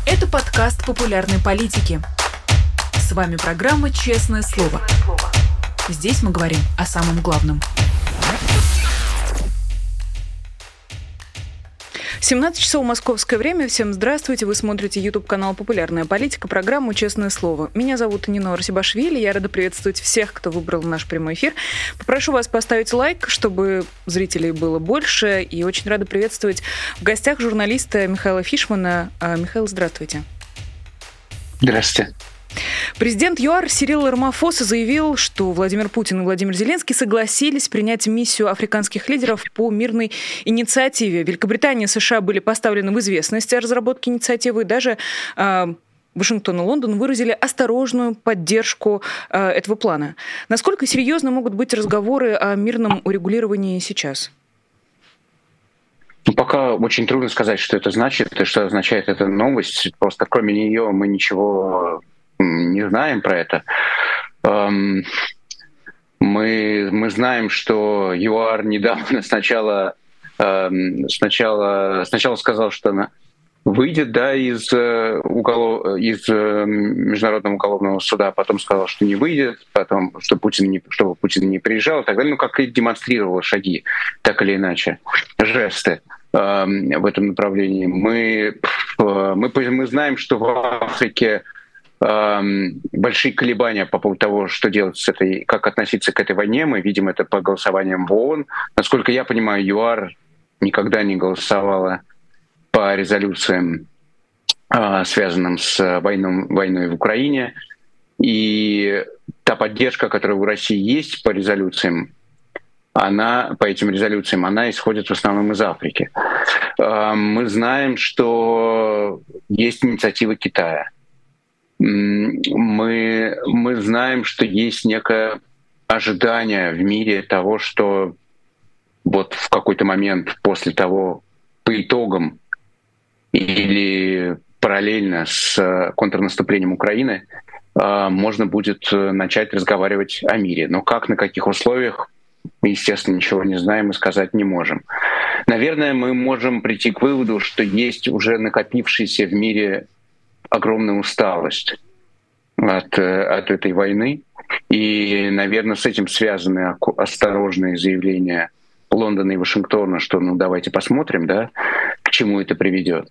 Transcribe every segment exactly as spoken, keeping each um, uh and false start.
Это подкаст популярной политики. С вами программа «Честное слово». Здесь мы говорим о самом главном. семнадцать часов московское время. Всем здравствуйте. Вы смотрите YouTube-канал «Популярная политика», программу «Честное слово». Меня зовут Нина Арсибашвили. Я рада приветствовать всех, кто выбрал наш прямой эфир. Попрошу вас поставить лайк, чтобы зрителей было больше. И очень рада приветствовать в гостях журналиста Михаила Фишмана. Михаил, здравствуйте. Здравствуйте. Президент ЮАР Сирил Рамафоса заявил, что Владимир Путин и Владимир Зеленский согласились принять миссию африканских лидеров по мирной инициативе. Великобритания и США были поставлены в известность о разработке инициативы, и даже э, Вашингтон и Лондон выразили осторожную поддержку э, этого плана. Насколько серьезно могут быть разговоры о мирном урегулировании сейчас? Ну, пока очень трудно сказать, что это значит, и что означает эта новость. Просто кроме нее мы ничего не знаем про это. Мы, мы знаем, что ЮАР недавно сначала, сначала, сначала сказал, что она выйдет да, из, уголов, из Международного уголовного суда, потом сказал, что не выйдет, потом, что Путин не, чтобы Путин не приезжал и так далее. Ну, как и демонстрировал шаги, так или иначе, жесты в этом направлении. Мы, мы, мы знаем, что в Африке большие колебания по поводу того, что делать с этой, как относиться к этой войне. Мы видим это по голосованиям в ООН. Насколько я понимаю, ЮАР никогда не голосовала по резолюциям, связанным с войной, войной в Украине. И та поддержка, которая у России есть по резолюциям, она, по этим резолюциям, она исходит в основном из Африки. Мы знаем, что есть инициатива Китая. Мы, мы знаем, что есть некое ожидание в мире того, что вот в какой-то момент после того, по итогам или параллельно с контрнаступлением Украины, можно будет начать разговаривать о мире. Но как, на каких условиях, мы, естественно, ничего не знаем и сказать не можем. Наверное, мы можем прийти к выводу, что есть уже накопившаяся в мире огромная усталость от, от этой войны. И, наверное, с этим связаны осторожные заявления Лондона и Вашингтона, что ну давайте посмотрим, да, к чему это приведет.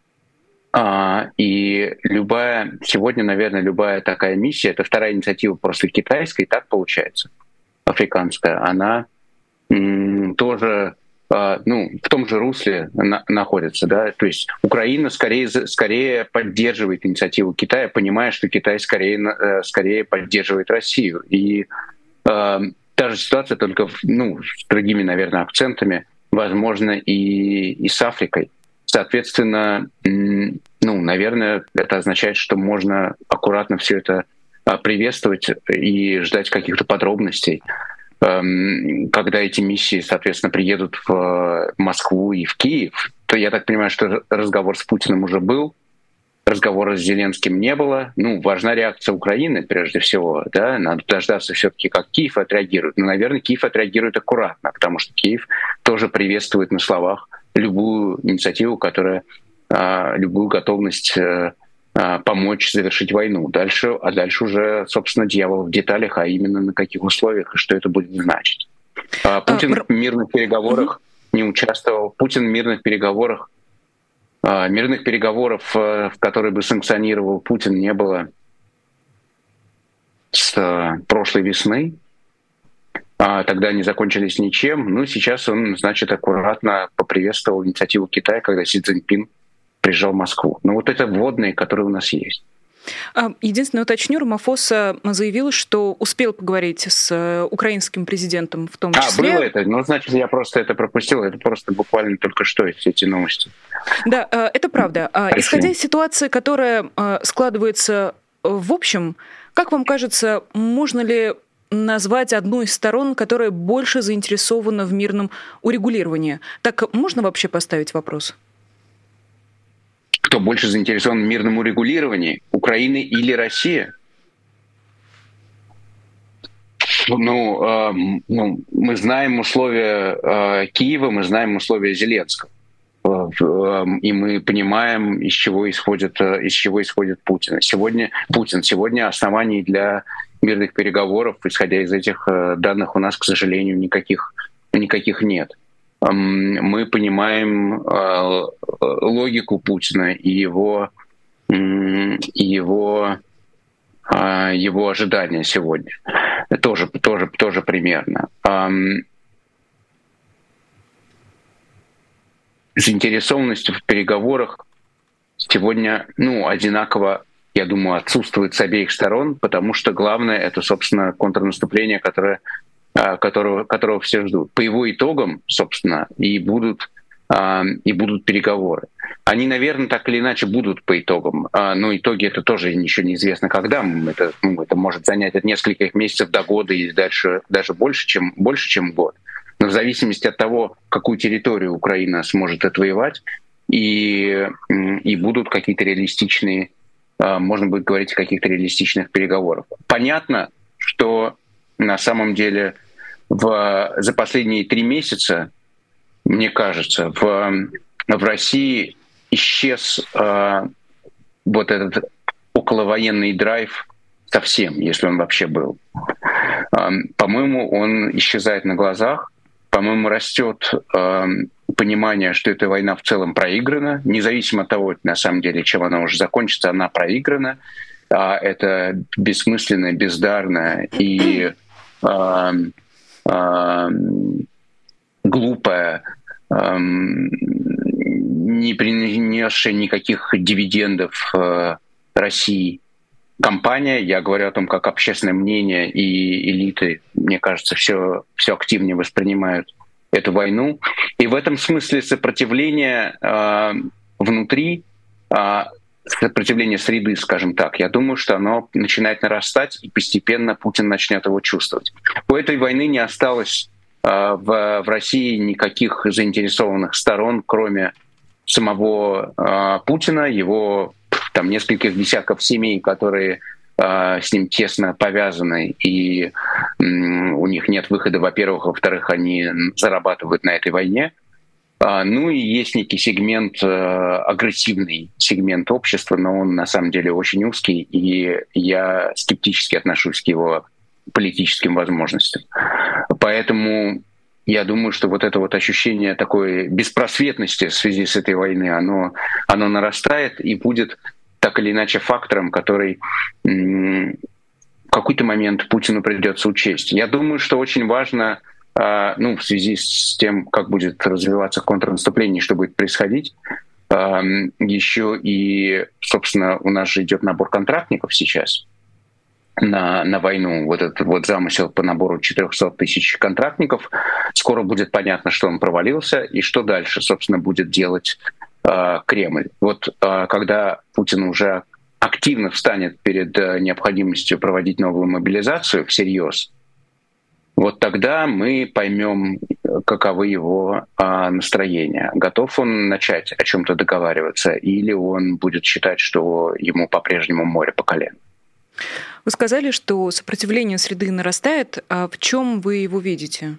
А, и любая, сегодня, наверное, любая такая миссия, это вторая инициатива после китайской, и так получается, африканская, она м, тоже ну, в том же русле на, находится. Да? То есть Украина скорее, скорее поддерживает инициативу Китая, понимая, что Китай скорее, скорее поддерживает Россию. И э, та же ситуация, только ну, с другими, наверное, акцентами, возможно, и, и с Африкой. Соответственно, ну, наверное, это означает, что можно аккуратно все это приветствовать и ждать каких-то подробностей, когда эти миссии, соответственно, приедут в Москву и в Киев. То я так понимаю, что разговор с Путиным уже был, разговора с Зеленским не было. Ну, важна реакция Украины, прежде всего. Да? Надо дождаться все-таки, как Киев отреагирует. Но, наверное, Киев отреагирует аккуратно, потому что Киев тоже приветствует на словах любую инициативу, которая, любую готовность помочь завершить войну. Дальше, а дальше уже, собственно, дьявол в деталях, а именно на каких условиях и что это будет значить. Путин в мирных переговорах не участвовал. Путин в мирных переговорах, мирных переговоров, в которые бы санкционировал Путин, не было с прошлой весны. Тогда они закончились ничем. Ну, сейчас он, значит, аккуратно поприветствовал инициативу Китая, когда Си Цзиньпин приезжал в Москву. Но вот это вводные, которые у нас есть. Единственное, уточню, Рамафоса заявил, что успел поговорить с украинским президентом в том числе. А, было это? Ну, значит, я просто это пропустил. Это просто буквально только что эти новости. Да, это правда. Пришли. Исходя из ситуации, которая складывается в общем, как вам кажется, можно ли назвать одну из сторон, которая больше заинтересована в мирном урегулировании? Так можно вообще поставить вопрос? Кто больше заинтересован в мирном урегулировании? Украина или Россия? Ну, э, ну мы знаем условия э, Киева, мы знаем условия Зеленского. и мы понимаем, из чего исходит, из чего исходит Путин. Сегодня, Путин. Сегодня оснований для мирных переговоров, исходя из этих данных, у нас, к сожалению, никаких, никаких нет. Мы понимаем логику Путина и его, и его, его ожидания сегодня. Тоже, тоже, тоже примерно. Заинтересованность в переговорах сегодня, ну, одинаково, я думаю, отсутствует с обеих сторон, потому что главное — это, собственно, контрнаступление, которое, которого, которого все ждут. По его итогам, собственно, и будут, и будут переговоры. Они, наверное, так или иначе будут по итогам, но итоги — это тоже еще неизвестно когда. Это, ну, это может занять от нескольких месяцев до года или дальше, даже больше, чем, больше, чем год. Но в зависимости от того, какую территорию Украина сможет отвоевать, и, и будут какие-то реалистичные, можно будет говорить о каких-то реалистичных переговорах. Понятно, что на самом деле в, за последние три месяца, мне кажется, в, в России исчез э, вот этот околовоенный драйв совсем, если он вообще был. Э, по-моему, он исчезает на глазах. По-моему, растет э, понимание, что эта война в целом проиграна, независимо от того, на самом деле, чем она уже закончится, она проиграна. А это бессмысленно, бездарно и э, э, глупая, э, не принесшая никаких дивидендов э, России кампания. Я говорю о том, как общественное мнение и элиты, мне кажется, все, все активнее воспринимают эту войну. И в этом смысле сопротивление э, внутри, э, сопротивление среды, скажем так, я думаю, что оно начинает нарастать, и постепенно Путин начнет его чувствовать. У этой войны не осталось э, в, в России никаких заинтересованных сторон, кроме самого э, Путина, его там нескольких десятков семей, которые э, с ним тесно повязаны, и э, у них нет выхода, во-первых, во-вторых, они зарабатывают на этой войне. Э, ну и есть некий сегмент, э, агрессивный сегмент общества, но он на самом деле очень узкий, и я скептически отношусь к его политическим возможностям. Поэтому я думаю, что вот это вот ощущение такой беспросветности в связи с этой войной, оно, оно нарастает и будет так или иначе фактором, который м- в какой-то момент Путину придется учесть. Я думаю, что очень важно, э, ну, в связи с тем, как будет развиваться контрнаступление, что будет происходить, э, еще и, собственно, у нас же идет набор контрактников сейчас на, на войну, вот этот вот замысел по набору четыреста тысяч контрактников. Скоро будет понятно, что он провалился, и что дальше, собственно, будет делать э, Кремль. Вот э, когда Путин уже активно встанет перед э, необходимостью проводить новую мобилизацию всерьез, вот тогда мы поймем, каковы его э, настроения. Готов он начать о чем-то договариваться, или он будет считать, что ему по-прежнему море по колено. Вы сказали, что сопротивление среды нарастает. А в чем вы его видите?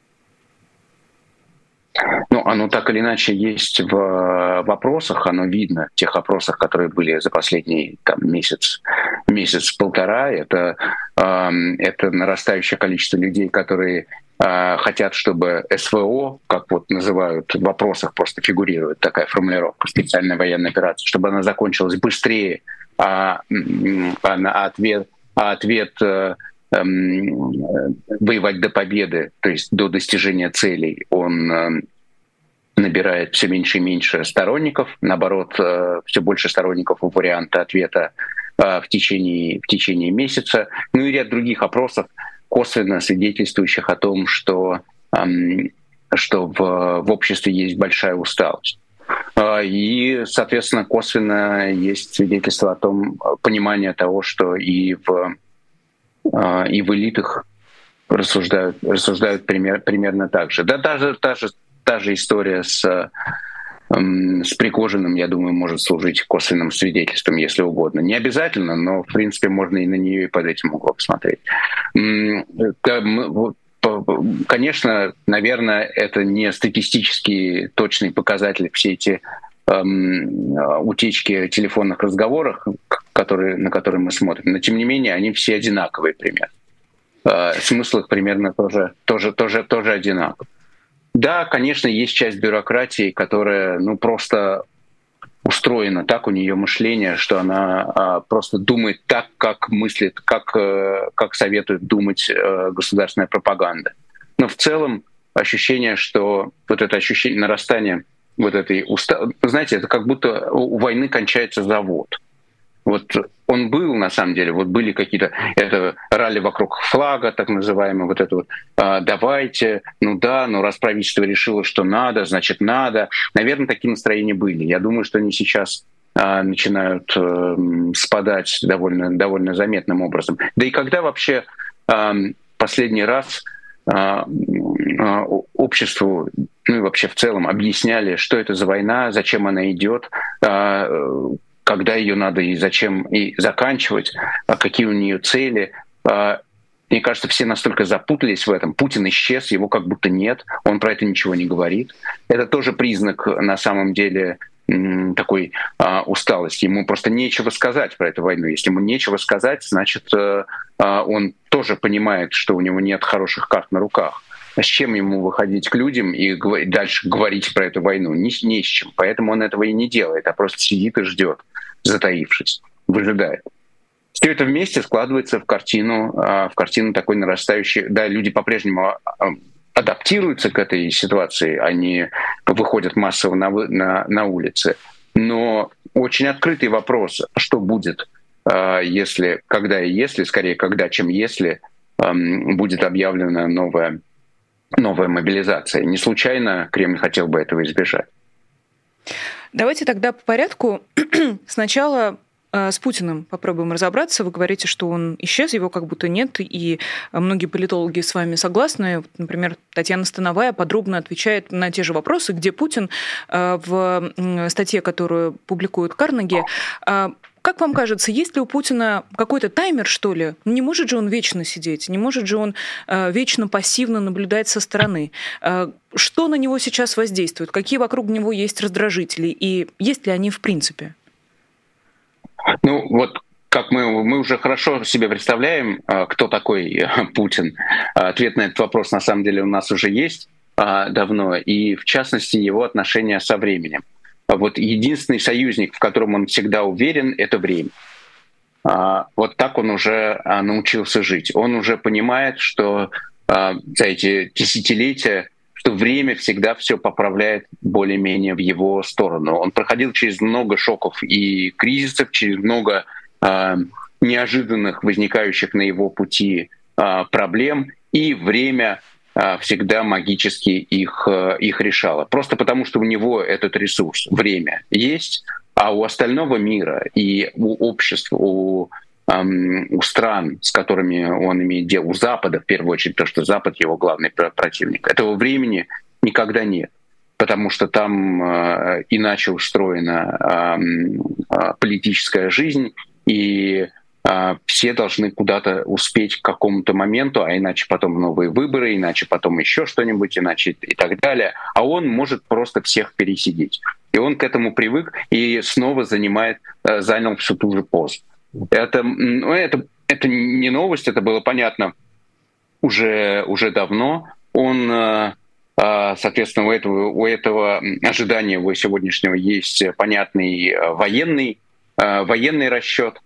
Ну, оно так или иначе есть в вопросах, оно видно в тех опросах, которые были за последний там, месяц, месяц-полтора. Это, э, это нарастающее количество людей, которые э, хотят, чтобы СВО, как вот называют в вопросах, просто фигурирует такая формулировка, специальная военная операция, чтобы она закончилась быстрее, а, а ответ, а ответ э, э, воевать до победы, то есть до достижения целей, он э, набирает все меньше и меньше сторонников. Наоборот, э, все больше сторонников у варианта ответа э, в течение, в течение месяца. Ну и ряд других опросов, косвенно свидетельствующих о том, что, э, что в, в обществе есть большая усталость. И, соответственно, косвенно есть свидетельство о том, понимание того, что и в, и в элитах рассуждают, рассуждают пример, примерно так же. Да, даже та же, та же история с, с Пригожиным, я думаю, может служить косвенным свидетельством, если угодно. Не обязательно, но, в принципе, можно и на нее и под этим углом посмотреть. конечно, наверное, это не статистически точный показатель, все эти эм, утечки телефонных разговоров, которые, на которые мы смотрим, но тем не менее они все одинаковые примерно. Э, смысл их примерно тоже, тоже, тоже, тоже одинаков. Да, конечно, есть часть бюрократии, которая ну, просто устроена так, у нее мышление, что она а, просто думает так, как мыслит, как, э, как советует думать э, государственная пропаганда. Но в целом ощущение, что вот это ощущение нарастания вот этой усталости, знаете, это как будто у войны кончается завод. Вот он был, на самом деле, вот были какие-то, это ралли вокруг флага, так называемое, вот это вот, а, давайте, ну да, ну раз правительство решило, что надо, значит надо. Наверное, такие настроения были. Я думаю, что они сейчас а, начинают а, спадать довольно, довольно заметным образом. Да и когда вообще а, последний раз а, а, обществу, ну и вообще в целом объясняли, что это за война, зачем она идет, а, когда ее надо и зачем и заканчивать, какие у нее цели. Мне кажется, все настолько запутались в этом. Путин исчез, его как будто нет, он про это ничего не говорит. Это тоже признак, на самом деле, такой усталости. Ему просто нечего сказать про эту войну. Если ему нечего сказать, значит, он тоже понимает, что у него нет хороших карт на руках. С чем ему выходить к людям и дальше говорить про эту войну? Не, не с чем. Поэтому он этого и не делает, а просто сидит и ждет, затаившись, выжидает. Все это вместе складывается в картину, в картину такой нарастающей. Да, люди по-прежнему адаптируются к этой ситуации, они выходят массово на, на, на улицы. Но очень открытый вопрос, что будет, если, когда и если, скорее когда, чем если, будет объявлена новая новая мобилизация. Не случайно Кремль хотел бы этого избежать. Давайте тогда по порядку. Сначала э, с Путиным попробуем разобраться. Вы говорите, что он исчез, его как будто нет, и многие политологи с вами согласны. Например, Татьяна Становая подробно отвечает на те же вопросы, где Путин э, в статье, которую публикует Карнеги. Э, Как вам кажется, есть ли у Путина какой-то таймер, что ли? Не может же он вечно сидеть, не может же он э, вечно пассивно наблюдать со стороны. Э, что на него сейчас воздействует? Какие вокруг него есть раздражители? И есть ли они в принципе? Ну вот, как мы, мы уже хорошо себе представляем, кто такой Путин. Ответ на этот вопрос на самом деле у нас уже есть давно, и в частности его отношения со временем. Вот единственный союзник, в котором он всегда уверен, это время. Вот так он уже научился жить. Он уже понимает, что за эти десятилетия, что время всегда все поправляет более-менее в его сторону. Он проходил через много шоков и кризисов, через много неожиданных возникающих на его пути проблем, и время всегда магически их, их решала. Просто потому, что у него этот ресурс, время есть, а у остального мира и у обществ, у, эм, у стран, с которыми он имеет дело, у Запада в первую очередь, потому что Запад его главный противник, этого времени никогда нет, потому что там э, иначе устроена э, политическая жизнь, и все должны куда-то успеть к какому-то моменту, а иначе потом новые выборы, иначе потом еще что-нибудь, иначе и так далее. А он может просто всех пересидеть. И он к этому привык и снова занимает, занял всю ту же позу. Это, ну, это, это не новость, это было понятно уже, уже давно. Он, соответственно, у этого, у этого ожидания его сегодняшнего есть понятный военный, военный расчет.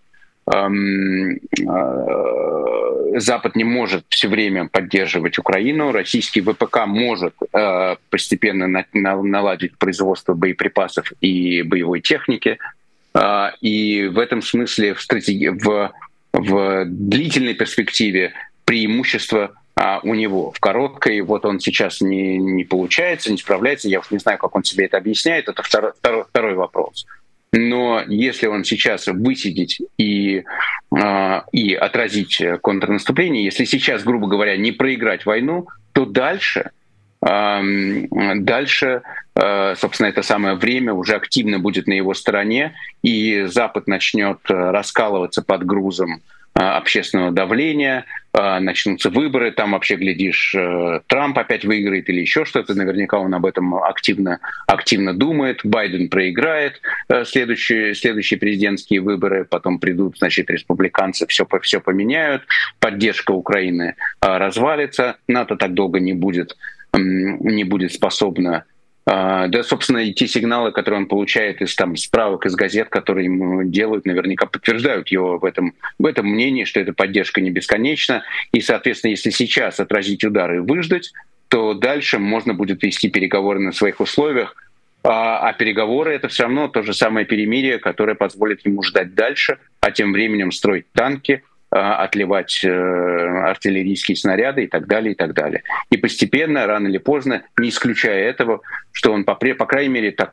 Запад не может все время поддерживать Украину, российский ВПК может э, постепенно на, на, наладить производство боеприпасов и боевой техники, э, и в этом смысле в, стратеги... в, в длительной перспективе преимущество э, у него. В короткой вот он сейчас не, не получается, не справляется, я уж не знаю, как он себе это объясняет, это второй, второй, второй вопрос. Но если он сейчас высидеть и, э, и отразить контрнаступление, если сейчас, грубо говоря, не проиграть войну, то дальше, э, дальше э, собственно, это самое время уже активно будет на его стороне, и Запад начнет раскалываться под грузом общественного давления, начнутся выборы, там вообще, глядишь, Трамп опять выиграет или еще что-то, наверняка он об этом активно, активно думает, Байден проиграет следующие, следующие президентские выборы, потом придут, значит, республиканцы, все, все поменяют, поддержка Украины развалится, НАТО так долго не будет, не будет способна. Да, собственно, и те сигналы, которые он получает из там, справок, из газет, которые ему делают, наверняка подтверждают его в этом, в этом мнении, что эта поддержка не бесконечна. И, соответственно, если сейчас отразить удары и выждать, то дальше можно будет вести переговоры на своих условиях. А, а переговоры — это все равно то же самое перемирие, которое позволит ему ждать дальше, а тем временем строить танки, отливать э, артиллерийские снаряды и так далее, и так далее. И постепенно, рано или поздно, не исключая этого, что он, по, по крайней мере, так,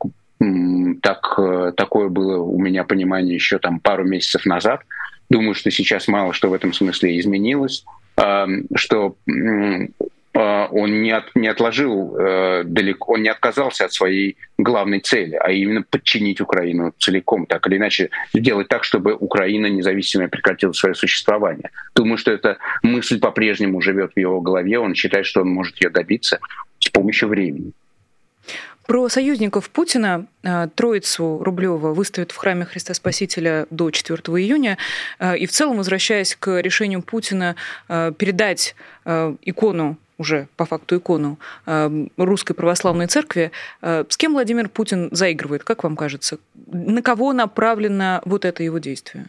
так, такое было у меня понимание еще там пару месяцев назад. Думаю, что сейчас мало что в этом смысле изменилось, э, что э, он не, от, не отложил э, далеко, он не отказался от своей главной цели, а именно подчинить Украину целиком, так или иначе сделать так, чтобы Украина независимо прекратила свое существование. Думаю, что эта мысль по-прежнему живет в его голове, он считает, что он может ее добиться с помощью времени. Про союзников Путина Троицу Рублева выставят в храме Христа Спасителя до четвёртого июня. И в целом, возвращаясь к решению Путина передать икону, уже по факту икону Русской Православной Церкви, с кем Владимир Путин заигрывает, как вам кажется? На кого направлено вот это его действие?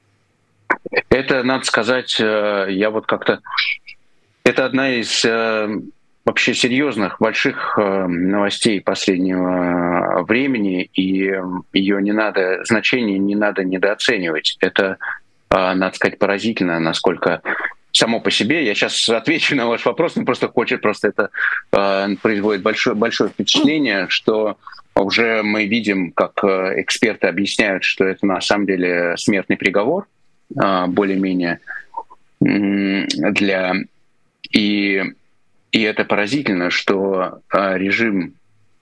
Это, надо сказать, я вот как-то... Это одна из вообще серьезных, больших новостей последнего времени, и ее не надо, значение не надо недооценивать. Это, надо сказать, поразительно, насколько... Само по себе, я сейчас отвечу на ваш вопрос, но просто хочет, просто это э, производит большое, большое впечатление, что уже мы видим, как эксперты объясняют, что это на самом деле смертный приговор, э, более-менее э, для... И, и это поразительно, что э, режим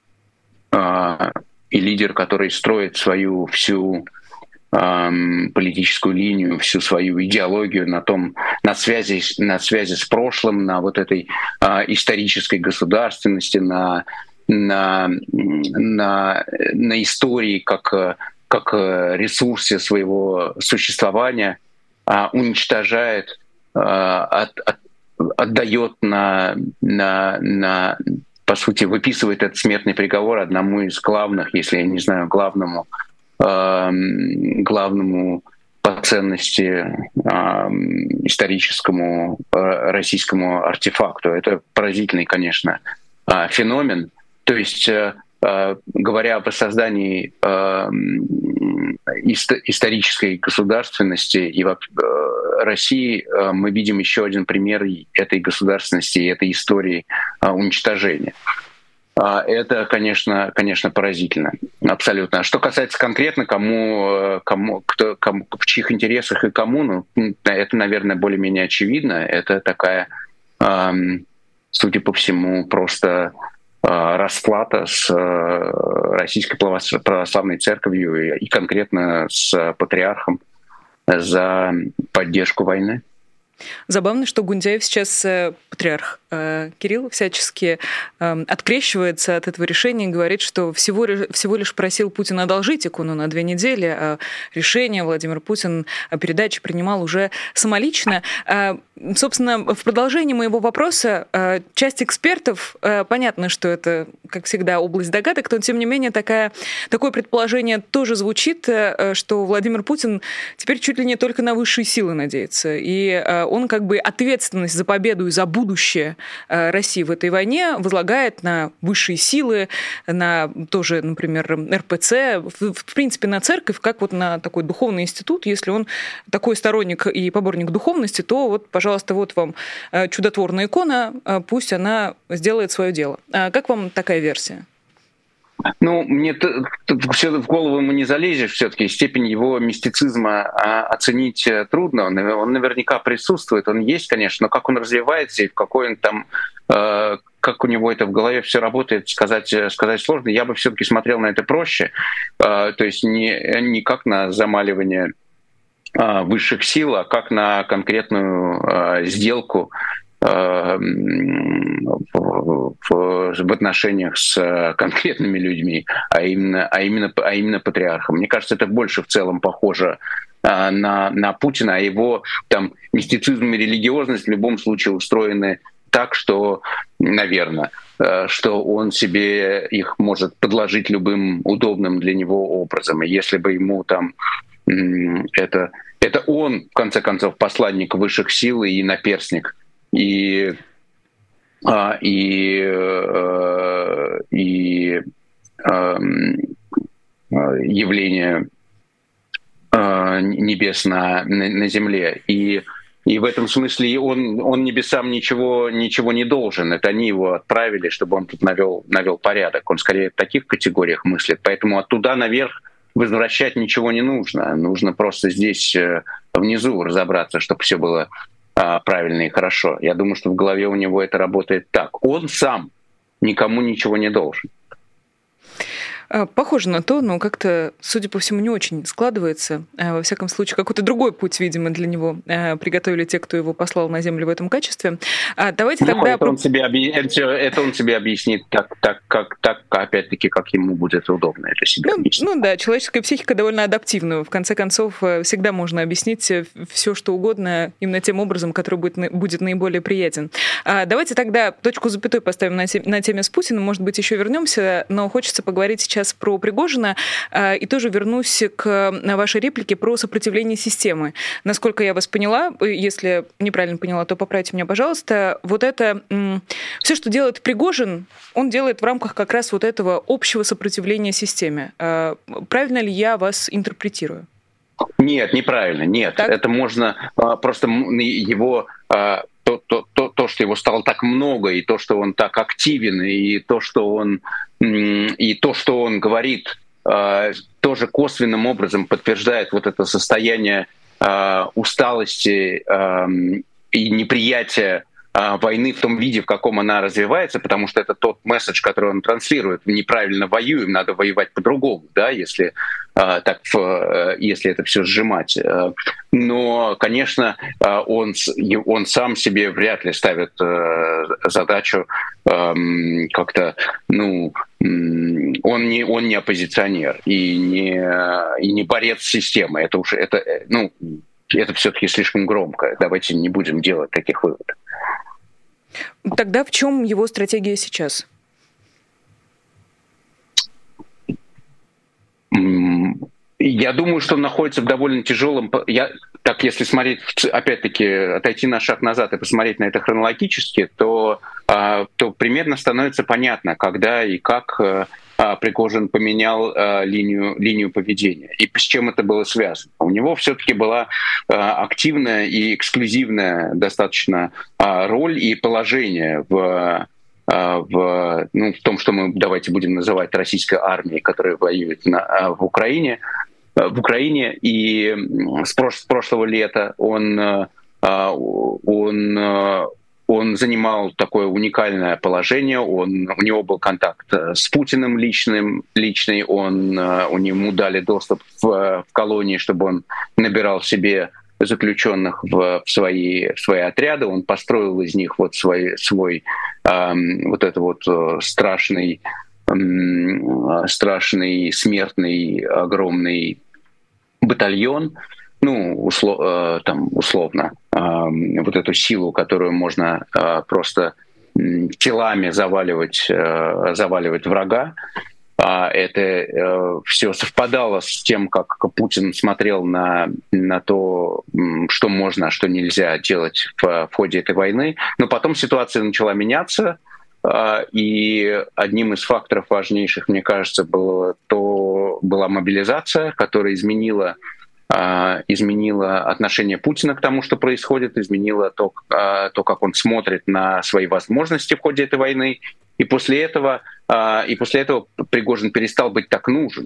э, и лидер, который строит свою всю политическую линию, всю свою идеологию на том, на связи, на связи с прошлым, на вот этой а, исторической государственности, на, на, на, на истории как, как ресурсе своего существования, а, уничтожает, а, от, от, отдает на, на, на, по сути, выписывает этот смертный приговор одному из главных, если я не знаю, главному главному по ценности историческому российскому артефакту. Это поразительный, конечно, феномен. То есть, говоря о воссоздании исторической государственности и России, мы видим еще один пример этой государственности и этой истории уничтожения. Это, конечно, конечно, поразительно, абсолютно. Что касается конкретно, кому, кому, кто, кому, в чьих интересах и кому, ну, это, наверное, более-менее очевидно. Это такая, эм, судя по всему, просто э, расплата с э, Российской Православной Церковью и, и конкретно с патриархом за поддержку войны. Забавно, что Гундяев сейчас, патриарх Кирилл, всячески открещивается от этого решения и говорит, что всего, всего лишь просил Путина одолжить икону на две недели, а решение Владимир Путин о передаче принимал уже самолично. Собственно, в продолжении моего вопроса, часть экспертов, понятно, что это, как всегда, область догадок, но, тем не менее, такая, такое предположение тоже звучит, что Владимир Путин теперь чуть ли не только на высшие силы надеется. И он как бы ответственность за победу и за будущее России в этой войне возлагает на высшие силы, на тоже, например, эр пэ цэ, в принципе, на церковь, как вот на такой духовный институт. Если он такой сторонник и поборник духовности, то вот, пожалуйста, вот вам чудотворная икона, пусть она сделает свое дело. Как вам такая версия? Ну, мне все в голову ему не залезешь, все-таки степень его мистицизма оценить трудно. Он наверняка присутствует, он есть, конечно, но как он развивается и в какой он там, как у него это в голове все работает, сказать, сказать сложно. Я бы все-таки смотрел на это проще, то есть не, не как на замаливание высших сил, а как на конкретную сделку в, в, в отношениях с конкретными людьми, а именно, а именно, а именно патриархом. Мне кажется, это больше в целом похоже на, на Путина, а его там мистицизм и религиозность в любом случае устроены так, что, наверное, что он себе их может подложить любым удобным для него образом. И если бы ему там это, это он, в конце концов, посланник высших сил и наперстник, и, и, и явление небес на, на, на земле. И, и в этом смысле он, он небесам ничего, ничего не должен. Это они его отправили, чтобы он тут навел, навел порядок. Он скорее в таких категориях мыслит. Поэтому оттуда наверх возвращать ничего не нужно. Нужно просто здесь внизу разобраться, чтобы все было правильно и хорошо. Я думаю, что в голове у него это работает так. Он сам никому ничего не должен. Похоже на то, но как-то, судя по всему, не очень складывается. Во всяком случае, какой-то другой путь, видимо, для него приготовили те, кто его послал на землю в этом качестве. Давайте ну, тогда... Это он себе, это он себе объяснит так, так, как, так, опять-таки, как ему будет удобно это себе ну, объяснить. Ну да, человеческая психика довольно адаптивна. В конце концов, всегда можно объяснить все, что угодно именно тем образом, который будет, будет наиболее приятен. Давайте тогда точку запятой поставим на теме, на теме с Путиным. Может быть, еще вернемся, но хочется поговорить сейчас про Пригожина, и тоже вернусь к вашей реплике про сопротивление системы. Насколько я вас поняла, если неправильно поняла, то поправьте меня, пожалуйста. Вот это все, что делает Пригожин, он делает в рамках как раз вот этого общего сопротивления системе. Правильно ли я вас интерпретирую? Нет, неправильно, нет. Так? Это можно просто его... То, то, то, то, что его стало так много, и то, что он так активен, и то, что он, и то, что он говорит, тоже косвенным образом подтверждает вот это состояние усталости и неприятия войны в том виде, в каком она развивается, потому что это тот месседж, который он транслирует. Неправильно воюем, надо воевать по-другому, да, если, так, если это все сжимать. Но, конечно, он, он сам себе вряд ли ставит задачу как-то, ну, он не, он не оппозиционер и не, и не борец с системой. Это уж, это, ну, это все-таки слишком громко. Давайте не будем делать таких выводов. Тогда в чем его стратегия сейчас? Я думаю, что он находится в довольно тяжелом... Я, так, если смотреть, опять-таки, отойти на шаг назад и посмотреть на это хронологически, то, то примерно становится понятно, когда и как Пригожин поменял линию, линию поведения и с чем это было связано. У него все-таки была активная и эксклюзивная достаточно роль и положение в, в, ну, в том, что мы, давайте будем называть российской армией, которая воюет на, в Украине. В Украине и с, прош, с прошлого лета он, он Он занимал такое уникальное положение, он, у него был контакт с Путиным личным, личный, он, у него дали доступ в, в колонии, чтобы он набирал себе заключенных в, в, свои, в свои отряды, он построил из них вот свой, свой эм, вот это вот страшный, эм, страшный, смертный, огромный батальон, ну, услов, э, там, условно, э, вот эту силу, которую можно э, просто э, телами заваливать, э, заваливать врага. Э, это э, все совпадало с тем, как Путин смотрел на, на то, что можно, а что нельзя делать в, в ходе этой войны. Но потом ситуация начала меняться, э, и одним из факторов важнейших, мне кажется, было то, была мобилизация, которая изменила изменила отношение Путина к тому, что происходит, изменила то, то, как он смотрит на свои возможности в ходе этой войны. И после этого, и после этого Пригожин перестал быть так нужен.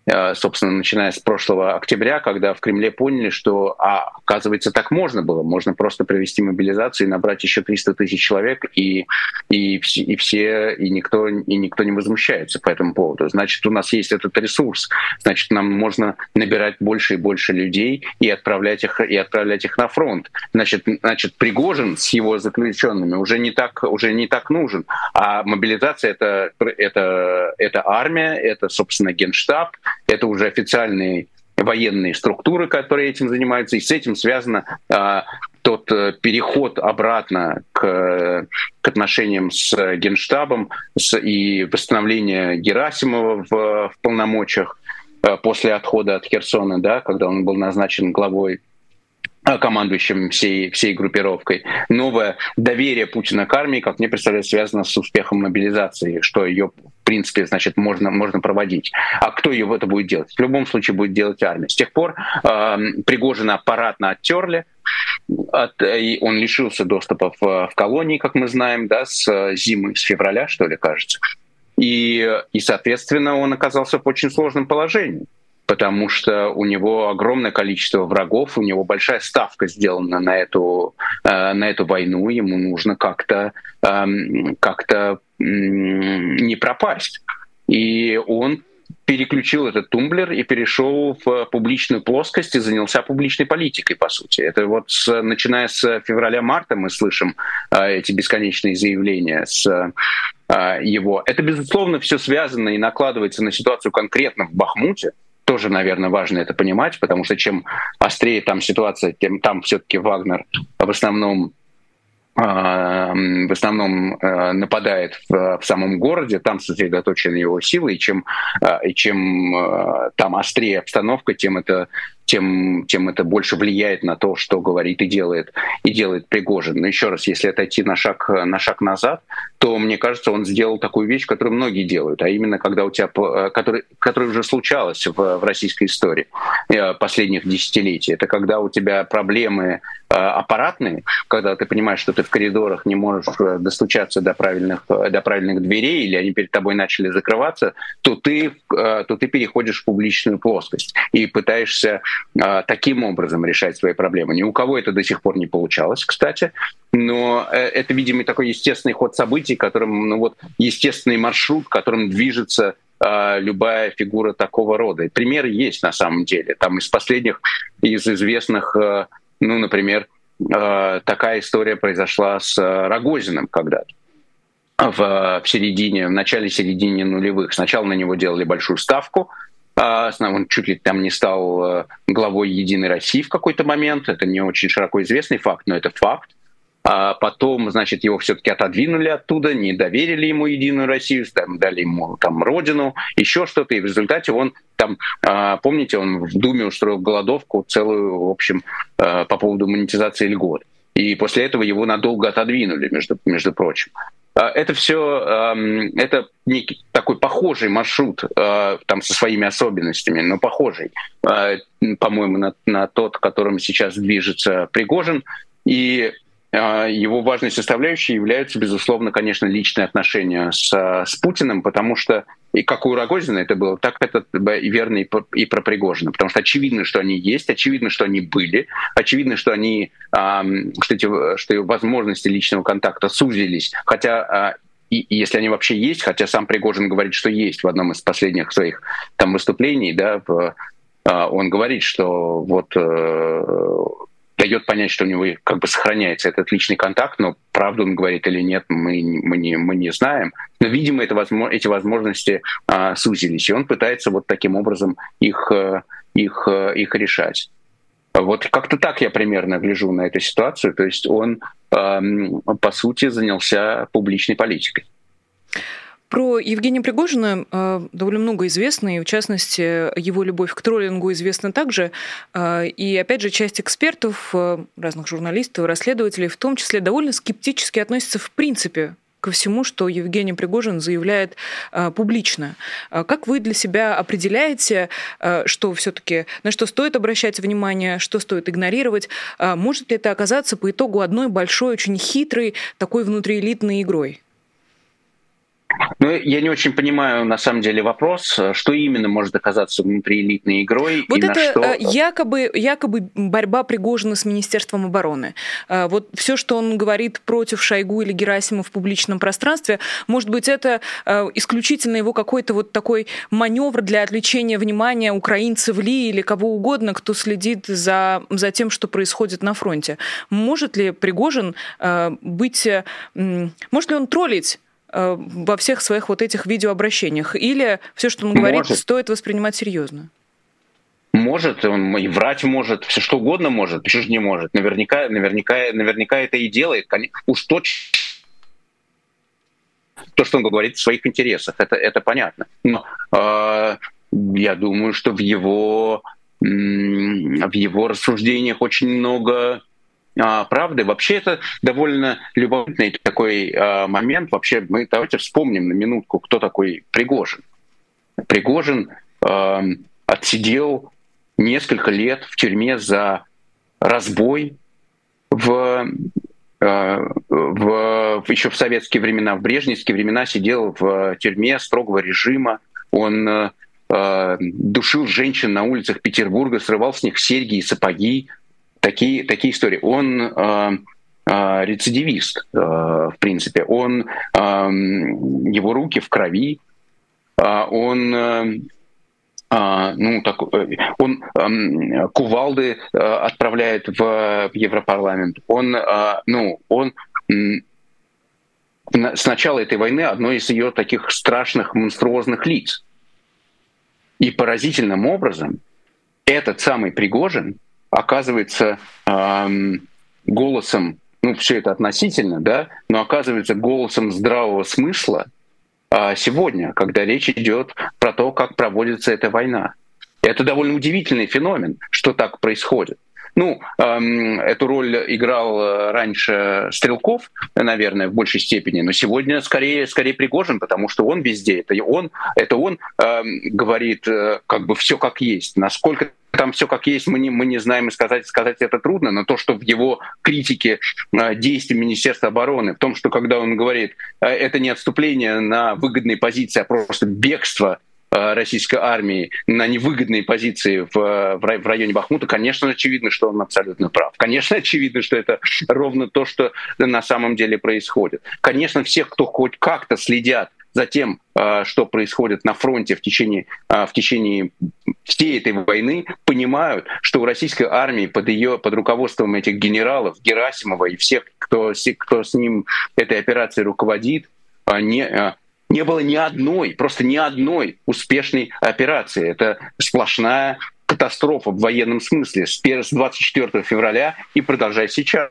собственно, начиная с прошлого октября, когда в Кремле поняли, что, а, оказывается, так можно было. Можно просто провести мобилизацию и набрать еще триста тысяч человек, и, и, и все, и никто, и никто не возмущается по этому поводу. Значит, у нас есть этот ресурс. Значит, нам можно набирать больше и больше людей и отправлять их, и отправлять их на фронт. Значит, значит, Пригожин с его заключенными уже не так, уже не так нужен. А мобилизация — это, это, это армия, это, собственно, Генштаб, это уже официальные военные структуры, которые этим занимаются, и с этим связано а, тот а, переход обратно к, к отношениям с Генштабом с, и восстановление Герасимова в, в полномочиях а, после отхода от Херсона, да, когда он был назначен главой, командующим всей, всей группировкой. Новое доверие Путина к армии, как мне представляется, связано с успехом мобилизации, что ее, в принципе, значит, можно, можно проводить. А кто ее это будет делать? В любом случае будет делать армия. С тех пор э, Пригожина аппаратно оттерли, от, и он лишился доступа в, в колонии, как мы знаем, да, с зимы, с февраля, что ли, кажется. И, и, соответственно, он оказался в очень сложном положении, потому что у него огромное количество врагов, у него большая ставка сделана на эту, э, на эту войну, ему нужно как-то, э, как-то э, не пропасть. И он переключил этот тумблер и перешел в публичную плоскость и занялся публичной политикой, по сути. Это вот с, начиная с февраля-марта мы слышим э, эти бесконечные заявления с э, его. Это, безусловно, все связано и накладывается на ситуацию конкретно в Бахмуте. Тоже, наверное, важно это понимать, потому что чем острее там ситуация, тем там все-таки Вагнер в основном, э, в основном э, нападает в, в самом городе, там сосредоточены его силы, и чем, э, и чем э, там острее обстановка, тем это, тем, тем это больше влияет на то, что говорит и делает, и делает Пригожин. Но еще раз, если отойти на шаг, на шаг назад, то, мне кажется, он сделал такую вещь, которую многие делают, а именно, когда у тебя, который, которая уже случалась в, в российской истории последних десятилетий, это когда у тебя проблемы аппаратные, когда ты понимаешь, что ты в коридорах не можешь достучаться до правильных, до правильных дверей, или они перед тобой начали закрываться, то ты, то ты переходишь в публичную плоскость и пытаешься таким образом решать свои проблемы. Ни у кого это до сих пор не получалось, кстати, но это, видимо, такой естественный ход событий, которым, ну вот, естественный маршрут, которым движется э, любая фигура такого рода. И примеры есть на самом деле. Там из последних, из известных, э, ну, например, э, такая история произошла с э, Рогозиным когда-то. В, в середине, в начале-середине нулевых. Сначала на него делали большую ставку, он чуть ли там не стал главой «Единой России» в какой-то момент. Это не очень широко известный факт, но это факт. А потом, значит, его все-таки отодвинули оттуда, не доверили ему «Единую Россию», там, дали ему там родину, еще что-то. И в результате он там, помните, он в Думе устроил голодовку целую, в общем, по поводу монетизации льгот. И после этого его надолго отодвинули, между, между прочим. Это все, это некий такой похожий маршрут, там, со своими особенностями, но похожий, по-моему, на, на тот, которым сейчас движется Пригожин. И его важной составляющей являются, безусловно, конечно, личные отношения с, с Путиным, потому что, и как у Рогозина это было, так это и верно и, про, и про Пригожина, потому что очевидно, что они есть, очевидно, что они были, очевидно, что они, а, что, эти, что возможности личного контакта сузились, хотя а, и, и если они вообще есть, хотя сам Пригожин говорит, что есть в одном из последних своих там выступлений, да, в, а, он говорит, что вот дает понять, что у него как бы сохраняется этот личный контакт, но правду он говорит или нет, мы, мы, не, мы не знаем. Но, видимо, это, эти возможности а, сузились, и он пытается вот таким образом их, их, их решать. Вот как-то так я примерно гляжу на эту ситуацию. То есть он, а, по сути, занялся публичной политикой. Про Евгения Пригожина э, довольно много известно, и в частности его любовь к троллингу известна также. Э, и опять же, часть экспертов, э, разных журналистов, расследователей, в том числе, довольно скептически относятся в принципе ко всему, что Евгений Пригожин заявляет э, публично. Э, как вы для себя определяете, э, что все-таки на что стоит обращать внимание, что стоит игнорировать? Э, может ли это оказаться по итогу одной большой, очень хитрой, такой внутриэлитной игрой? Ну, я не очень понимаю, на самом деле, вопрос, что именно может оказаться внутриэлитной игрой. Вот и это на что... якобы, якобы борьба Пригожина с Министерством обороны. Вот все, что он говорит против Шойгу или Герасимова в публичном пространстве, может быть, это исключительно его какой-то вот такой маневр для отвлечения внимания украинцев ли или кого угодно, кто следит за, за тем, что происходит на фронте. Может ли Пригожин быть... Может ли он троллить во всех своих вот этих видеообращениях? Или все, что он говорит, может. Стоит воспринимать серьезно? Может, он и врать может, все что угодно может, почему же не может? Наверняка, наверняка, наверняка это и делает. Уж точно то, что он говорит в своих интересах, это, это понятно. Но э, я думаю, что в его, в его рассуждениях очень много... А, правда, вообще это довольно любопытный такой а, момент. Вообще, мы давайте вспомним на минутку, кто такой Пригожин. Пригожин а, отсидел несколько лет в тюрьме за разбой в, а, в, еще в советские времена, в брежневские времена сидел в тюрьме строгого режима. Он а, душил женщин на улицах Петербурга, срывал с них серьги и сапоги. Такие, такие истории. Он э, э, рецидивист, э, в принципе. Он, э, его руки в крови. Э, он, э, э, ну, так, он э, кувалды э, отправляет в, в Европарламент. Он, э, ну, он э, с начала этой войны одно из ее таких страшных, монструозных лиц. И поразительным образом этот самый Пригожин оказывается эм, голосом, ну, все это относительно, да, но оказывается голосом здравого смысла э, сегодня, когда речь идет про то, как проводится эта война. Это довольно удивительный феномен, что так происходит. Ну, эм, эту роль играл раньше Стрелков, наверное, в большей степени, но сегодня скорее, скорее Пригожин, потому что он везде. Это он, это он эм, говорит э, как бы все как есть. Насколько там все как есть, мы не, мы не знаем, и сказать, сказать это трудно, но то, что в его критике э, действий Министерства обороны, в том, что когда он говорит, э, это не отступление на выгодные позиции, а просто бегство российской армии на невыгодные позиции в, в районе Бахмута, конечно, очевидно, что он абсолютно прав. Конечно, очевидно, что это ровно то, что на самом деле происходит. Конечно, всех, кто хоть как-то следят за тем, что происходит на фронте в течение, в течение всей этой войны, понимают, что у российской армии под, ее, под руководством этих генералов, Герасимова и всех, кто, кто с ним этой операцией руководит, не... Не было ни одной, просто ни одной успешной операции. Это сплошная катастрофа в военном смысле с двадцать четвёртого февраля и продолжая сейчас.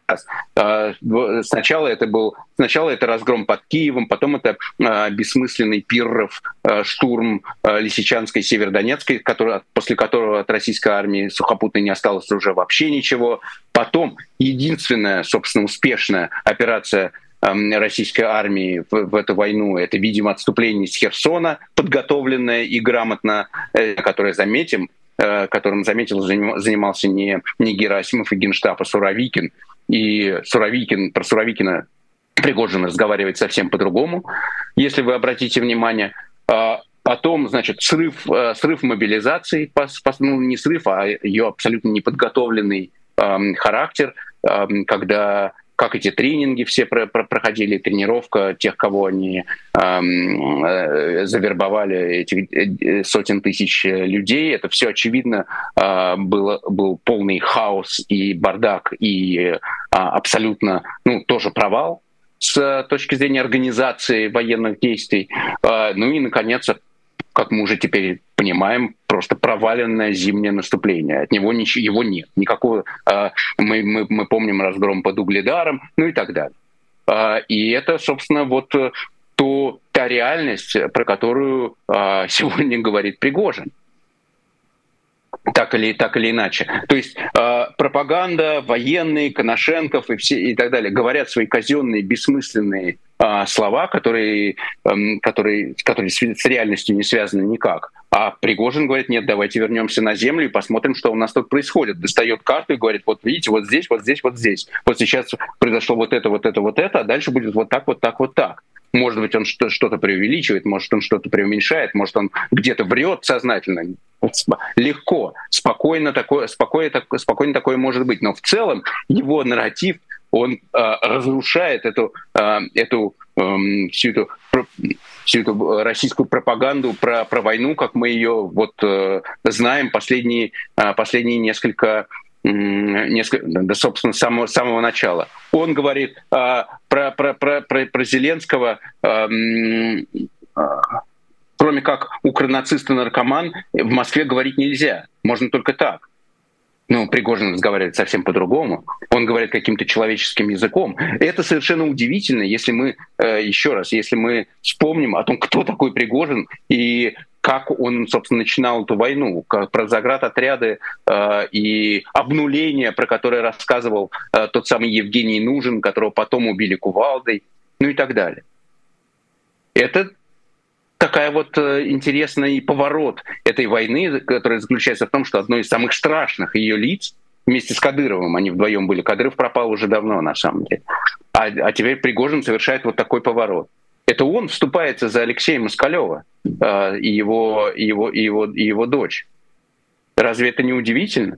Сначала это был, сначала это разгром под Киевом, потом это бессмысленный Пирров штурм Лисичанской и Северодонецкой, который, после которого от российской армии сухопутной не осталось уже вообще ничего. Потом единственная, собственно, успешная операция российской армии в, в эту войну, это, видимо, отступление из Херсона, подготовленное и грамотно, э, которое, заметим, э, которым, заметил, занимался не, не Герасимов и Генштаб, а Суровикин. И Суровикин, про Суровикина Пригожин разговаривает совсем по-другому, если вы обратите внимание. А потом, значит, срыв, э, срыв мобилизации, пос, пос, ну, не срыв, а ее абсолютно неподготовленный э, характер, э, когда... как эти тренинги все про- про- проходили, тренировка тех, кого они эм, э, завербовали, этих э, сотен тысяч людей. Это все, очевидно, э, было, был полный хаос и бардак, и э, абсолютно, ну, тоже провал с точки зрения организации военных действий. Э, ну и, наконец, как мы уже теперь понимаем, просто проваленное зимнее наступление. От него ничего, его нет. Никакого. Э, мы, мы, мы помним разгром под Угледаром, ну и так далее. Э, и это, собственно, вот то, та реальность, про которую э, сегодня говорит Пригожин. Так или, так или иначе. То есть э, пропаганда, военные, Коношенков и, все, и так далее говорят свои казенные, бессмысленные э, слова, которые, э, которые, которые с, с реальностью не связаны никак. А Пригожин говорит, нет, давайте вернемся на землю и посмотрим, что у нас тут происходит. Достает карту и говорит, вот видите, вот здесь, вот здесь, вот здесь. Вот сейчас произошло вот это, вот это, вот это, а дальше будет вот так, вот так, вот так. Может быть, он что-то преувеличивает, может, он что-то преуменьшает, может, он где-то врет сознательно. Легко, спокойно такое, спокойно, спокойно такое может быть. Но в целом его нарратив, он э, разрушает эту, э, эту, э, всю, эту, всю эту российскую пропаганду про, про войну, как мы ее вот, э, знаем последние, э, последние несколько Несколько, да, собственно, с самого, с самого начала. Он говорит а, про, про, про, про, про Зеленского, а, а, кроме как укронацист и наркоман, в Москве говорить нельзя. Можно только так. Ну, Пригожин разговаривает совсем по-другому. Он говорит каким-то человеческим языком. Это совершенно удивительно, если мы, еще раз, если мы вспомним о том, кто такой Пригожин и как он, собственно, начинал эту войну, как, про заградотряды э, и обнуление, про которое рассказывал э, тот самый Евгений Нужен, которого потом убили кувалдой, ну и так далее. Это такая вот э, интересный поворот этой войны, которая заключается в том, что одно из самых страшных ее лиц, вместе с Кадыровым, они вдвоем были, Кадыров пропал уже давно, на самом деле, а, а теперь Пригожин совершает вот такой поворот. Это он вступается за Алексея Москалева э, и, его, и, его, и, его, и его дочь. Разве это не удивительно?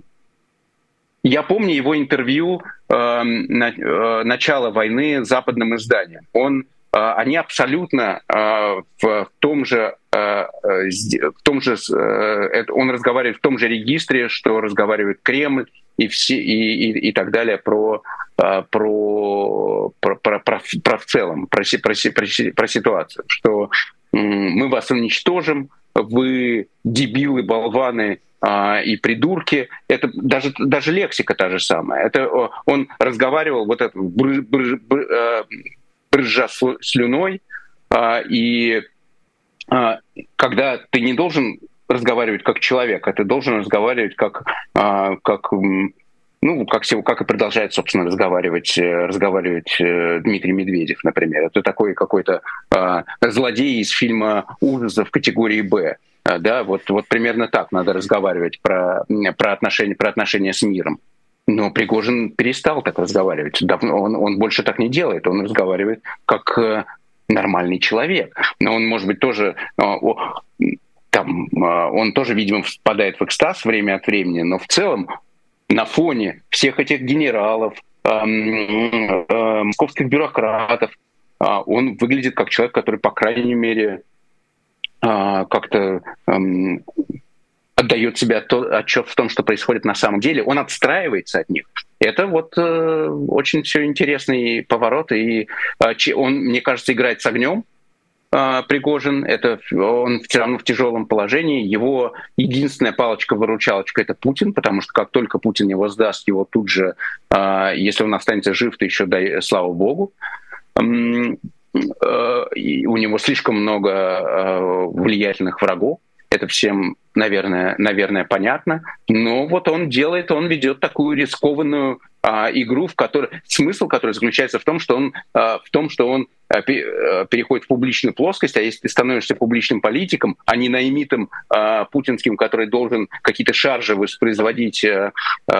Я помню его интервью э, на, э, начала войны западным изданием. Он, э, они абсолютно э, в, в том же, э, в том же э, он разговаривает в том же регистре, что разговаривает Кремль и, все, и, и, и так далее про Про, про, про, про, про в целом, про, про, про, про ситуацию, что мы вас уничтожим, вы дебилы, болваны а, и придурки. Это даже, даже лексика та же самая. Это он разговаривал вот это бры, бры, бры, брызжа слюной, а, и а, когда ты не должен разговаривать как человек, а ты должен разговаривать как, а, как Ну, как, как и продолжает, собственно, разговаривать, разговаривать Дмитрий Медведев, например. Это такой какой-то э, злодей из фильма ужасов категории «Б». Да, вот, вот примерно так надо разговаривать про, про, отношения, про отношения с миром. Но Пригожин перестал так разговаривать. Давно, он, он больше так не делает. Он разговаривает как э, нормальный человек. Но он, может быть, тоже... Э, там, э, он тоже, видимо, впадает в экстаз время от времени, но в целом на фоне всех этих генералов, э, э, московских бюрократов, э, он выглядит как человек, который, по крайней мере, э, как-то э, отдает себе отчет в том, что происходит на самом деле. Он отстраивается от них. Это вот э, очень все интересный поворот. И э, он, мне кажется, играет с огнем. Пригожин, это он все равно в тяжелом положении. Его единственная палочка-выручалочка — это Путин, потому что как только Путин его сдаст, его тут же, если он останется жив, то еще дай, слава богу. У него слишком много влиятельных врагов. Это всем, наверное, наверное, понятно. Но вот он делает, он ведет такую рискованную а, игру, в которой смысл, который заключается в том, что он, а, в том, что он а, переходит в публичную плоскость. А если ты становишься публичным политиком, а не наимитом а, путинским, который должен какие-то шаржи воспроизводить а,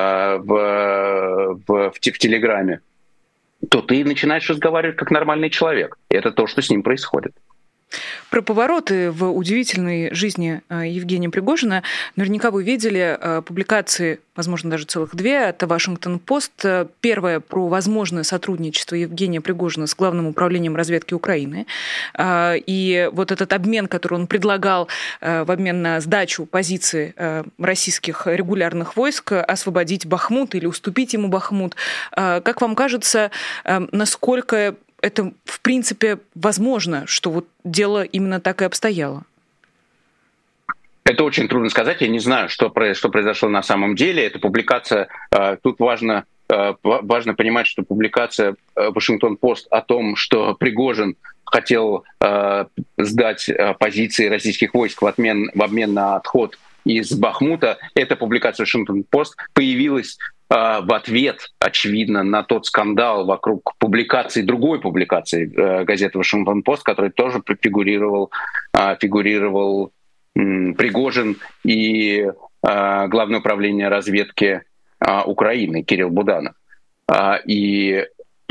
в, в, в, в Телеграме, то ты начинаешь разговаривать как нормальный человек. И это то, что с ним происходит. Про повороты в удивительной жизни Евгения Пригожина наверняка вы видели публикации, возможно, даже целых две, от «Вашингтон-Пост». Первая про возможное сотрудничество Евгения Пригожина с Главным управлением разведки Украины. И вот этот обмен, который он предлагал в обмен на сдачу позиции российских регулярных войск, освободить Бахмут или уступить ему Бахмут. Как вам кажется, насколько это, в принципе, возможно, что вот дело именно так и обстояло? Это очень трудно сказать. Я не знаю, что, что произошло на самом деле. Эта публикация, тут важно, важно понимать, что публикация «Вашингтон-Пост» о том, что Пригожин хотел сдать позиции российских войск в обмен, в обмен на отход из Бахмута, эта публикация «Вашингтон-Пост» появилась в ответ, очевидно, на тот скандал вокруг публикации, другой публикации э, газеты «Вашингтон-Пост», который тоже фигурировал, э, фигурировал э, Пригожин и э, Главное управление разведки э, Украины Кирилл Буданов. Э, и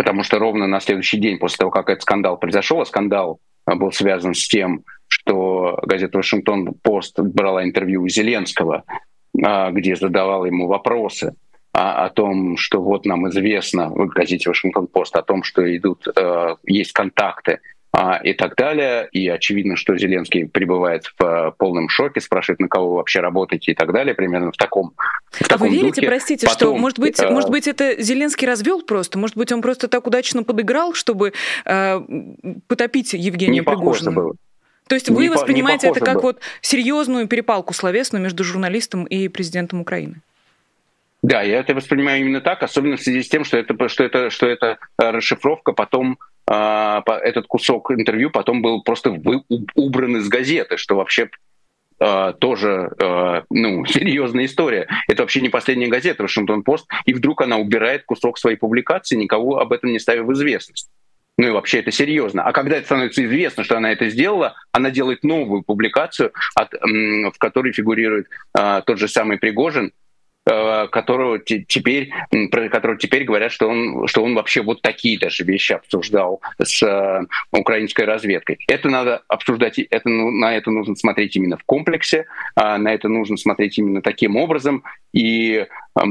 потому что ровно на следующий день после того, как этот скандал произошел, а скандал был связан с тем, что газета «Вашингтон-Пост» брала интервью у Зеленского, где задавала ему вопросы о, о том, что вот нам известно в газете «Вашингтон-Пост» о том, что идут, есть контакты и так далее. И очевидно, что Зеленский пребывает в полном шоке, спрашивает, на кого вы вообще работаете и так далее, примерно в таком, в таком А вы верите, духе. простите, Потом, что, может быть, э... может быть, это Зеленский развел просто? Может быть, он просто так удачно подыграл, чтобы э, потопить Евгения не Пригожина? Было. То есть вы не воспринимаете по, это как было. вот серьезную перепалку словесную между журналистом и президентом Украины? Да, я это воспринимаю именно так, особенно в связи с тем, что это, что это, что это расшифровка потом, э, этот кусок интервью потом был просто вы, убран из газеты, что вообще э, тоже э, ну, серьезная история. Это вообще не последняя газета «Вашингтон-Пост», и вдруг она убирает кусок своей публикации, никого об этом не ставя в известность. Ну и вообще это серьезно. А когда это становится известно, что она это сделала, она делает новую публикацию, от, в которой фигурирует э, тот же самый Пригожин, которого теперь, про которого теперь говорят, что он, что он вообще вот такие даже вещи обсуждал с э, украинской разведкой. Это надо обсуждать, это, на это нужно смотреть именно в комплексе, э, на это нужно смотреть именно таким образом, и, э,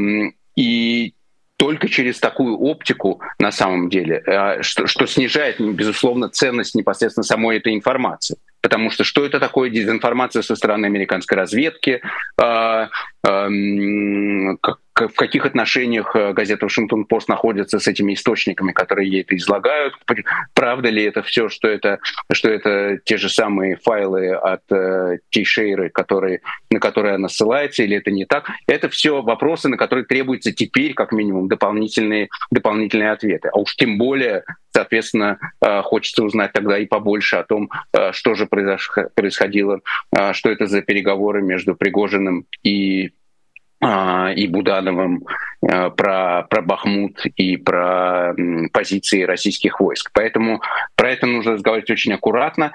и только через такую оптику, на самом деле, э, что, что снижает, безусловно, ценность непосредственно самой этой информации. Потому что что это такое дезинформация со стороны американской разведки, э, э, как, в каких отношениях газета «Вашингтон-Пост» находится с этими источниками, которые ей это излагают, правда ли это все, что это, что это те же самые файлы от э, Тейшейры, которые, на которые она ссылается, или это не так. Это все вопросы, на которые требуются теперь, как минимум, дополнительные, дополнительные ответы. А уж тем более, соответственно, э, хочется узнать тогда и побольше о том, э, что же происходило, э, что это за переговоры между Пригожиным и и Будановым про, про Бахмут и про позиции российских войск. Поэтому про это нужно разговаривать очень аккуратно.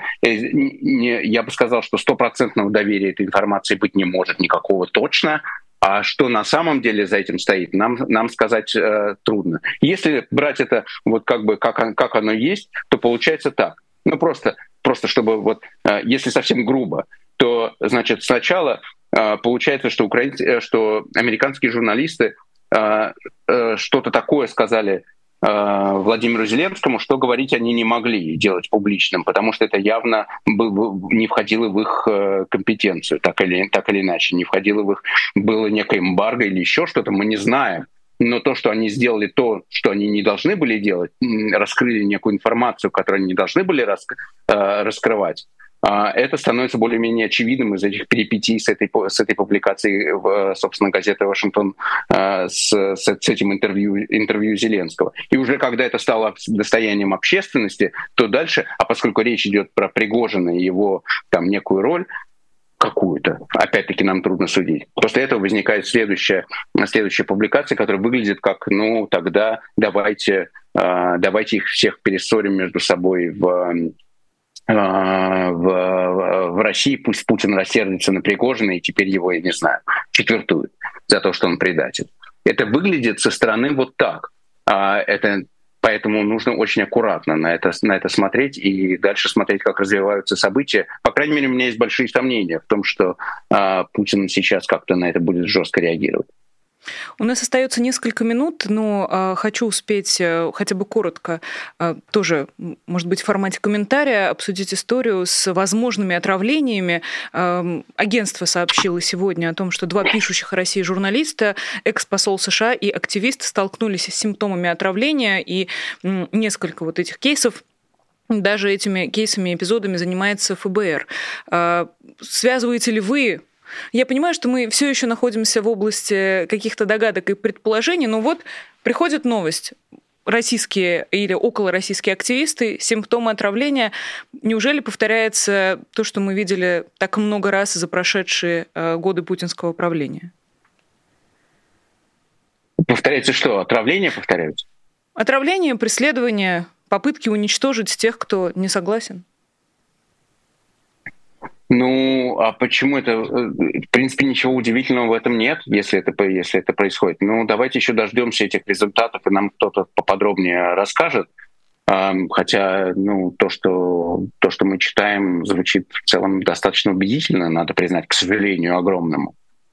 Я бы сказал, что стопроцентного доверия этой информации быть не может никакого точно. А что на самом деле за этим стоит, нам, нам сказать э, трудно. Если брать это вот как бы как, как оно есть, то получается так. Ну просто, просто чтобы вот, э, если совсем грубо, то значит сначала получается, что, украинцы, что американские журналисты э, э, что-то такое сказали э, Владимиру Зеленскому, что говорить они не могли делать публичным, потому что это явно был, не входило в их э, компетенцию, так или, так или иначе, не входило в их, было некое эмбарго или еще что-то, мы не знаем. Но то, что они сделали то, что они не должны были делать, раскрыли некую информацию, которую они не должны были рас, э, раскрывать, это становится более-менее очевидным из этих перипетий с этой, с этой публикацией, собственно, газеты «Вашингтон» с, с этим интервью, интервью Зеленского. И уже когда это стало достоянием общественности, то дальше, а поскольку речь идет про Пригожина и его там некую роль, какую-то, опять-таки нам трудно судить. После этого возникает следующая, следующая публикация, которая выглядит как, ну, тогда давайте, давайте их всех перессорим между собой в... В, в России, пусть Путин рассердится на Пригожина и теперь его, я не знаю, четвертует за то, что он предатель. Это выглядит со стороны вот так. Это, поэтому нужно очень аккуратно на это, на это смотреть и дальше смотреть, как развиваются события. По крайней мере, у меня есть большие сомнения в том, что Путин сейчас как-то на это будет жестко реагировать. У нас остается несколько минут, но э, хочу успеть э, хотя бы коротко, э, тоже, может быть, в формате комментария обсудить историю с возможными отравлениями. Э, агентство сообщило сегодня о том, что два пишущих о России журналиста, экс-посол США и активист столкнулись с симптомами отравления, и э, несколько вот этих кейсов. Даже этими кейсами и эпизодами занимается эф бэ эр. Э, связываете ли вы... Я понимаю, что мы все еще находимся в области каких-то догадок и предположений, но вот приходит новость. Российские или околороссийские активисты, симптомы отравления. Неужели повторяется то, что мы видели так много раз за прошедшие годы путинского правления? Повторяется что? Отравление повторяются? Отравление, преследование, попытки уничтожить тех, кто не согласен. Ну, а почему это? В принципе, ничего удивительного в этом нет, если это, если это происходит. Ну, давайте еще дождемся этих результатов, и нам кто-то поподробнее расскажет. Хотя, ну, то, что, то, что мы читаем, звучит в целом достаточно убедительно, надо признать, к сожалению, огромному.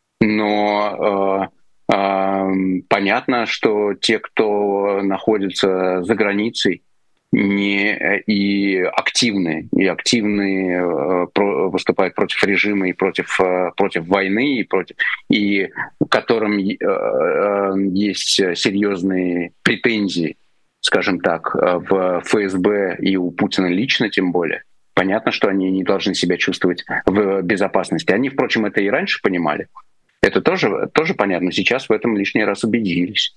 Но э, э, понятно, что те, кто находится за границей, не и активные, и активные э, про, выступают против режима и против, э, против войны, и, против, и которым э, э, есть серьезные претензии, скажем так, в эф эс бэ и у Путина лично тем более. Понятно, что они не должны себя чувствовать в безопасности. Они, впрочем, это и раньше понимали. Это тоже, тоже понятно. Сейчас в этом лишний раз убедились.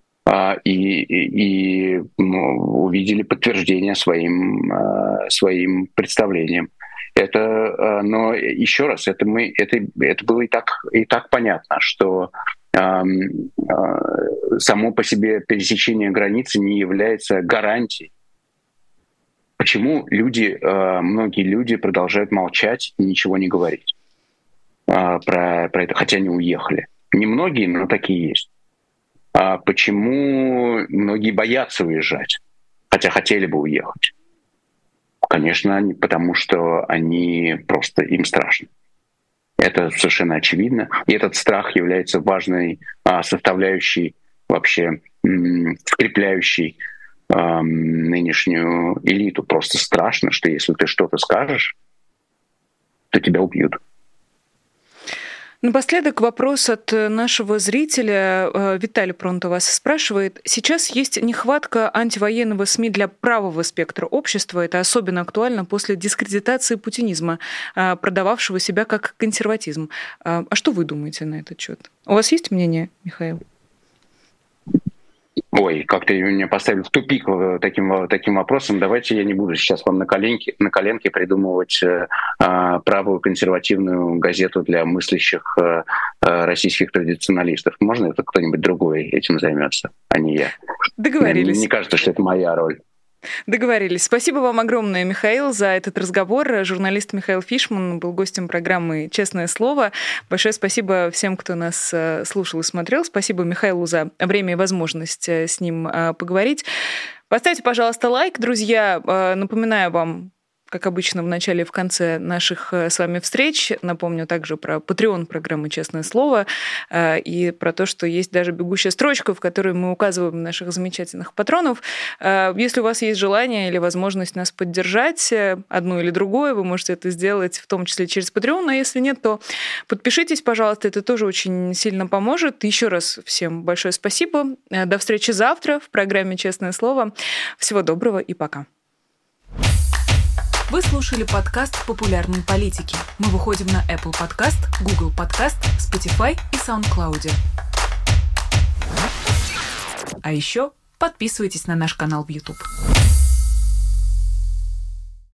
И, и, и увидели подтверждение своим, своим представлениям. Это, но еще раз, это, мы, это, это было и так, и так понятно, что э, э, само по себе пересечение границы не является гарантией. Почему люди, э, многие люди продолжают молчать и ничего не говорить э, про, про это, хотя они уехали? Немногие, но такие есть. А почему многие боятся уезжать, хотя хотели бы уехать? Конечно, потому что они просто, им страшно. Это совершенно очевидно. И этот страх является важной а, составляющей, вообще м- скрепляющей а, нынешнюю элиту. Просто страшно, что если ты что-то скажешь, то тебя убьют. Напоследок вопрос от нашего зрителя. Виталий Пронто вас спрашивает. Сейчас есть нехватка антивоенного СМИ для правого спектра общества. Это особенно актуально после дискредитации путинизма, продававшего себя как консерватизм. А что вы думаете на этот счет? У вас есть мнение, Михаил? Ой, как ты меня поставил в тупик таким, таким вопросом. Давайте я не буду сейчас вам на коленке, на коленке придумывать э, правую консервативную газету для мыслящих э, российских традиционалистов. Можно это кто-нибудь другой этим займется, а не я? Договорились. Мне не кажется, что это моя роль. Договорились. Спасибо вам огромное, Михаил, за этот разговор. Журналист Михаил Фишман был гостем программы «Честное слово». Большое спасибо всем, кто нас слушал и смотрел. Спасибо Михаилу за время и возможность с ним поговорить. Поставьте, пожалуйста, лайк, друзья. Напоминаю вам, как обычно, в начале и в конце наших с вами встреч. Напомню также про Patreon программы «Честное слово» и про то, что есть даже бегущая строчка, в которой мы указываем наших замечательных патронов. Если у вас есть желание или возможность нас поддержать, одно или другое, вы можете это сделать, в том числе через Patreon. А если нет, то подпишитесь, пожалуйста, это тоже очень сильно поможет. Еще раз всем большое спасибо. До встречи завтра в программе «Честное слово». Всего доброго и пока. Вы слушали подкаст «Популярные политики». Мы выходим на Apple Podcast, Google Podcast, Spotify и SoundCloud. А еще подписывайтесь на наш канал в YouTube.